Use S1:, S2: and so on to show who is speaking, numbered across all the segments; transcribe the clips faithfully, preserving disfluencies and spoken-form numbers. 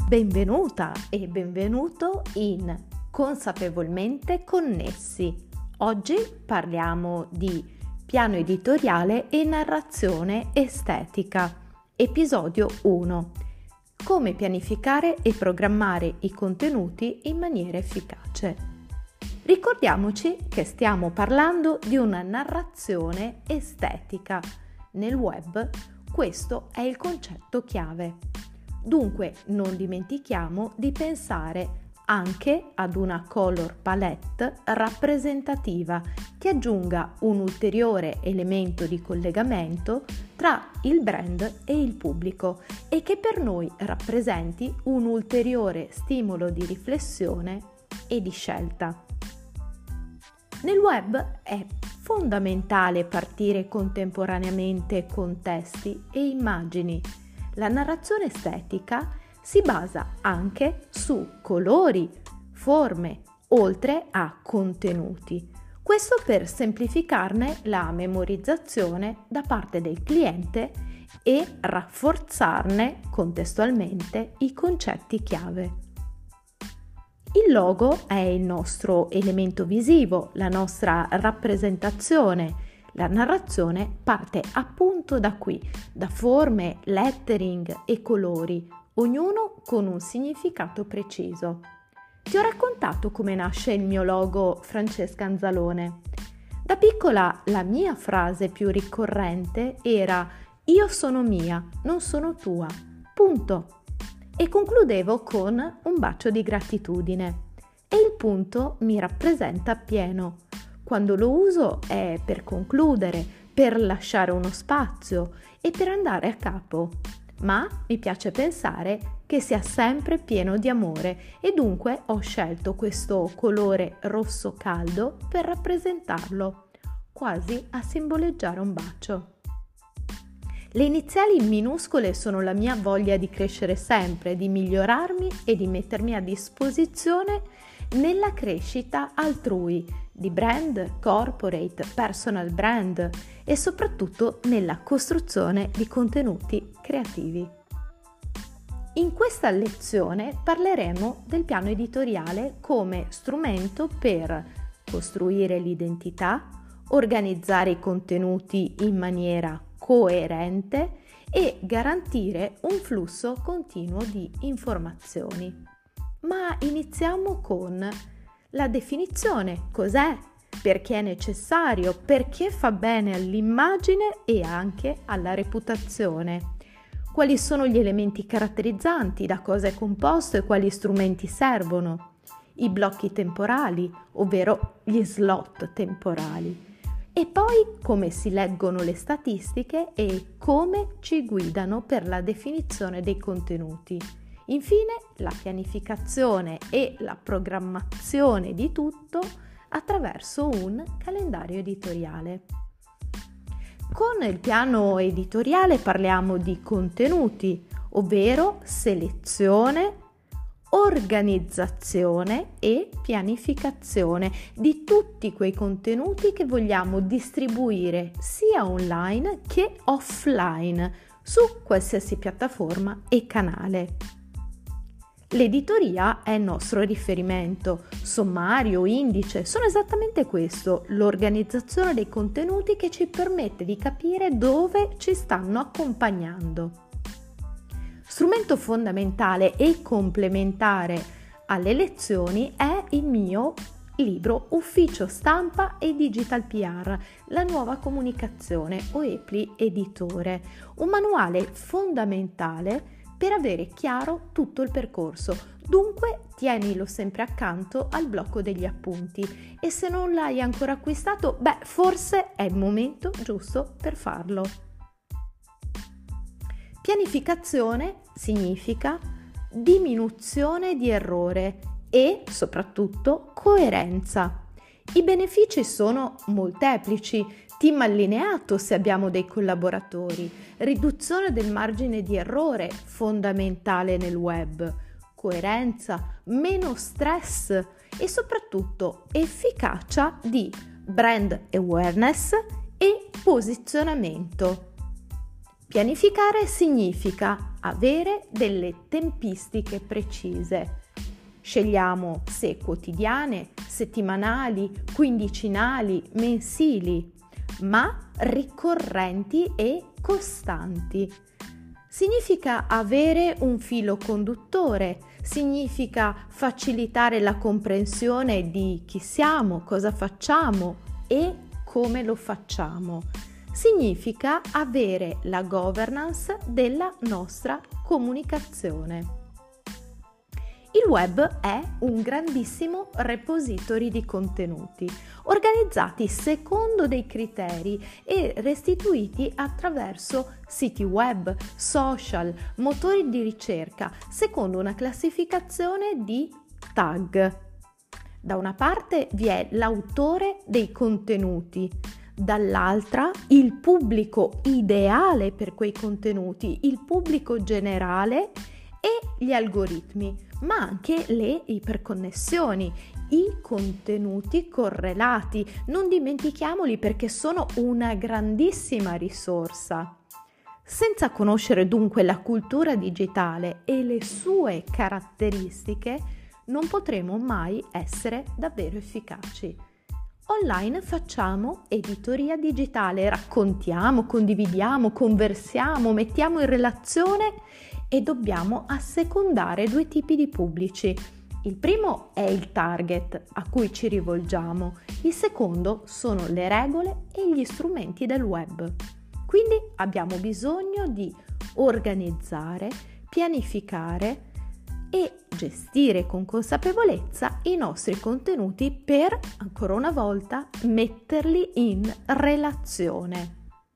S1: Benvenuta e benvenuto in Consapevolmente Connessi. Oggi parliamo di piano editoriale e narrazione estetica. Episodio uno. Come pianificare e programmare i contenuti in maniera efficace. Ricordiamoci che stiamo parlando di una narrazione estetica. Nel web questo è il concetto chiave. Dunque non dimentichiamo di pensare anche ad una color palette rappresentativa che aggiunga un ulteriore elemento di collegamento tra il brand e il pubblico e che per noi rappresenti un ulteriore stimolo di riflessione e di scelta. Nel web è fondamentale partire contemporaneamente con testi e immagini. La narrazione estetica si basa anche su colori, forme, oltre a contenuti. Questo per semplificarne la memorizzazione da parte del cliente e rafforzarne contestualmente i concetti chiave. Il logo è il nostro elemento visivo, la nostra rappresentazione. La narrazione parte appunto da qui, da forme, lettering e colori, ognuno con un significato preciso. Ti ho raccontato come nasce il mio logo Francesca Anzalone. Da piccola la mia frase più ricorrente era "Io sono mia, non sono tua", punto. E concludevo con un bacio di gratitudine. E il punto mi rappresenta appieno. Quando lo uso è per concludere, per lasciare uno spazio e per andare a capo. Ma mi piace pensare che sia sempre pieno di amore e dunque ho scelto questo colore rosso caldo per rappresentarlo, quasi a simboleggiare un bacio. Le iniziali minuscole sono la mia voglia di crescere sempre, di migliorarmi e di mettermi a disposizione nella crescita altrui, di brand, corporate, personal brand e soprattutto nella costruzione di contenuti creativi. In questa lezione parleremo del piano editoriale come strumento per costruire l'identità, organizzare i contenuti in maniera coerente e garantire un flusso continuo di informazioni. Ma iniziamo con la definizione. Cos'è? Perché è necessario? Perché fa bene all'immagine e anche alla reputazione? Quali sono gli elementi caratterizzanti? Da cosa è composto e quali strumenti servono? I blocchi temporali, ovvero gli slot temporali. E poi come si leggono le statistiche e come ci guidano per la definizione dei contenuti. Infine, la pianificazione e la programmazione di tutto attraverso un calendario editoriale. Con il piano editoriale parliamo di contenuti, ovvero selezione, organizzazione e pianificazione di tutti quei contenuti che vogliamo distribuire sia online che offline su qualsiasi piattaforma e canale. L'editoria è il nostro riferimento, sommario, indice, sono esattamente questo, l'organizzazione dei contenuti che ci permette di capire dove ci stanno accompagnando. Strumento fondamentale e complementare alle lezioni è il mio libro Ufficio Stampa e Digital P R, la nuova comunicazione o E P L I Editore, un manuale fondamentale per avere chiaro tutto il percorso. Dunque tienilo sempre accanto al blocco degli appunti e se non l'hai ancora acquistato, beh, forse è il momento giusto per farlo. Pianificazione significa diminuzione di errore e soprattutto coerenza. I benefici sono molteplici. Team allineato se abbiamo dei collaboratori, riduzione del margine di errore fondamentale nel web, coerenza, meno stress e soprattutto efficacia di brand awareness e posizionamento. Pianificare significa avere delle tempistiche precise. Scegliamo se quotidiane, settimanali, quindicinali, mensili, ma ricorrenti e costanti. Significa avere un filo conduttore, significa facilitare la comprensione di chi siamo, cosa facciamo e come lo facciamo. Significa avere la governance della nostra comunicazione. Il web è un grandissimo repository di contenuti, organizzati secondo dei criteri e restituiti attraverso siti web, social, motori di ricerca, secondo una classificazione di tag. Da una parte vi è l'autore dei contenuti, dall'altra il pubblico ideale per quei contenuti, il pubblico generale e gli algoritmi, ma anche le iperconnessioni, i contenuti correlati. Non dimentichiamoli perché sono una grandissima risorsa. Senza conoscere dunque la cultura digitale e le sue caratteristiche, non potremo mai essere davvero efficaci. Online facciamo editoria digitale, raccontiamo, condividiamo, conversiamo, mettiamo in relazione e dobbiamo assecondare due tipi di pubblici. Il primo è il target a cui ci rivolgiamo, il secondo sono le regole e gli strumenti del web. Quindi abbiamo bisogno di organizzare, pianificare e gestire con consapevolezza i nostri contenuti per, ancora una volta, metterli in relazione.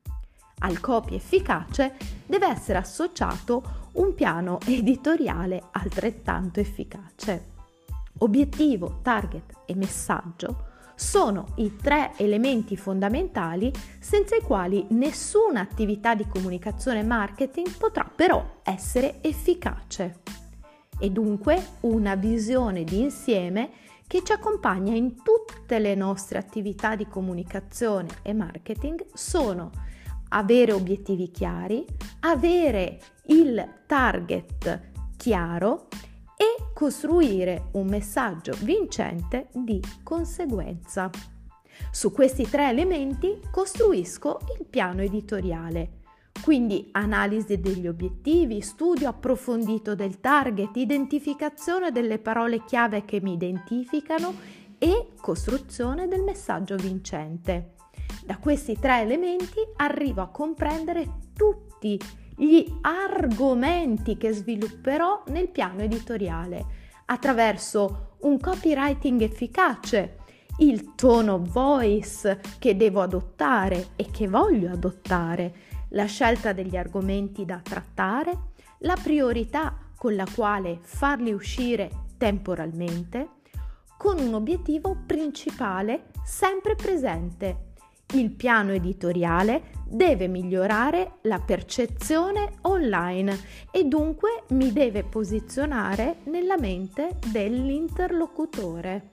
S1: Al copy efficace deve essere associato un piano editoriale altrettanto efficace. Obiettivo, target e messaggio sono i tre elementi fondamentali senza i quali nessuna attività di comunicazione e marketing potrà però essere efficace. E dunque una visione di insieme che ci accompagna in tutte le nostre attività di comunicazione e marketing sono avere obiettivi chiari, avere il target chiaro e costruire un messaggio vincente di conseguenza. Su questi tre elementi costruisco il piano editoriale. Quindi analisi degli obiettivi, studio approfondito del target, identificazione delle parole chiave che mi identificano e costruzione del messaggio vincente. Da questi tre elementi arrivo a comprendere tutti gli argomenti che svilupperò nel piano editoriale attraverso un copywriting efficace, il tone of voice che devo adottare e che voglio adottare, la scelta degli argomenti da trattare, la priorità con la quale farli uscire temporalmente, con un obiettivo principale sempre presente. Il piano editoriale deve migliorare la percezione online e dunque mi deve posizionare nella mente dell'interlocutore.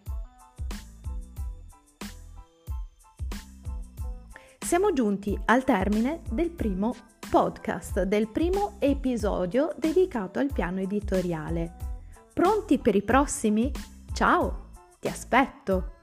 S1: Siamo giunti al termine del primo podcast, del primo episodio dedicato al piano editoriale. Pronti per i prossimi? Ciao, ti aspetto!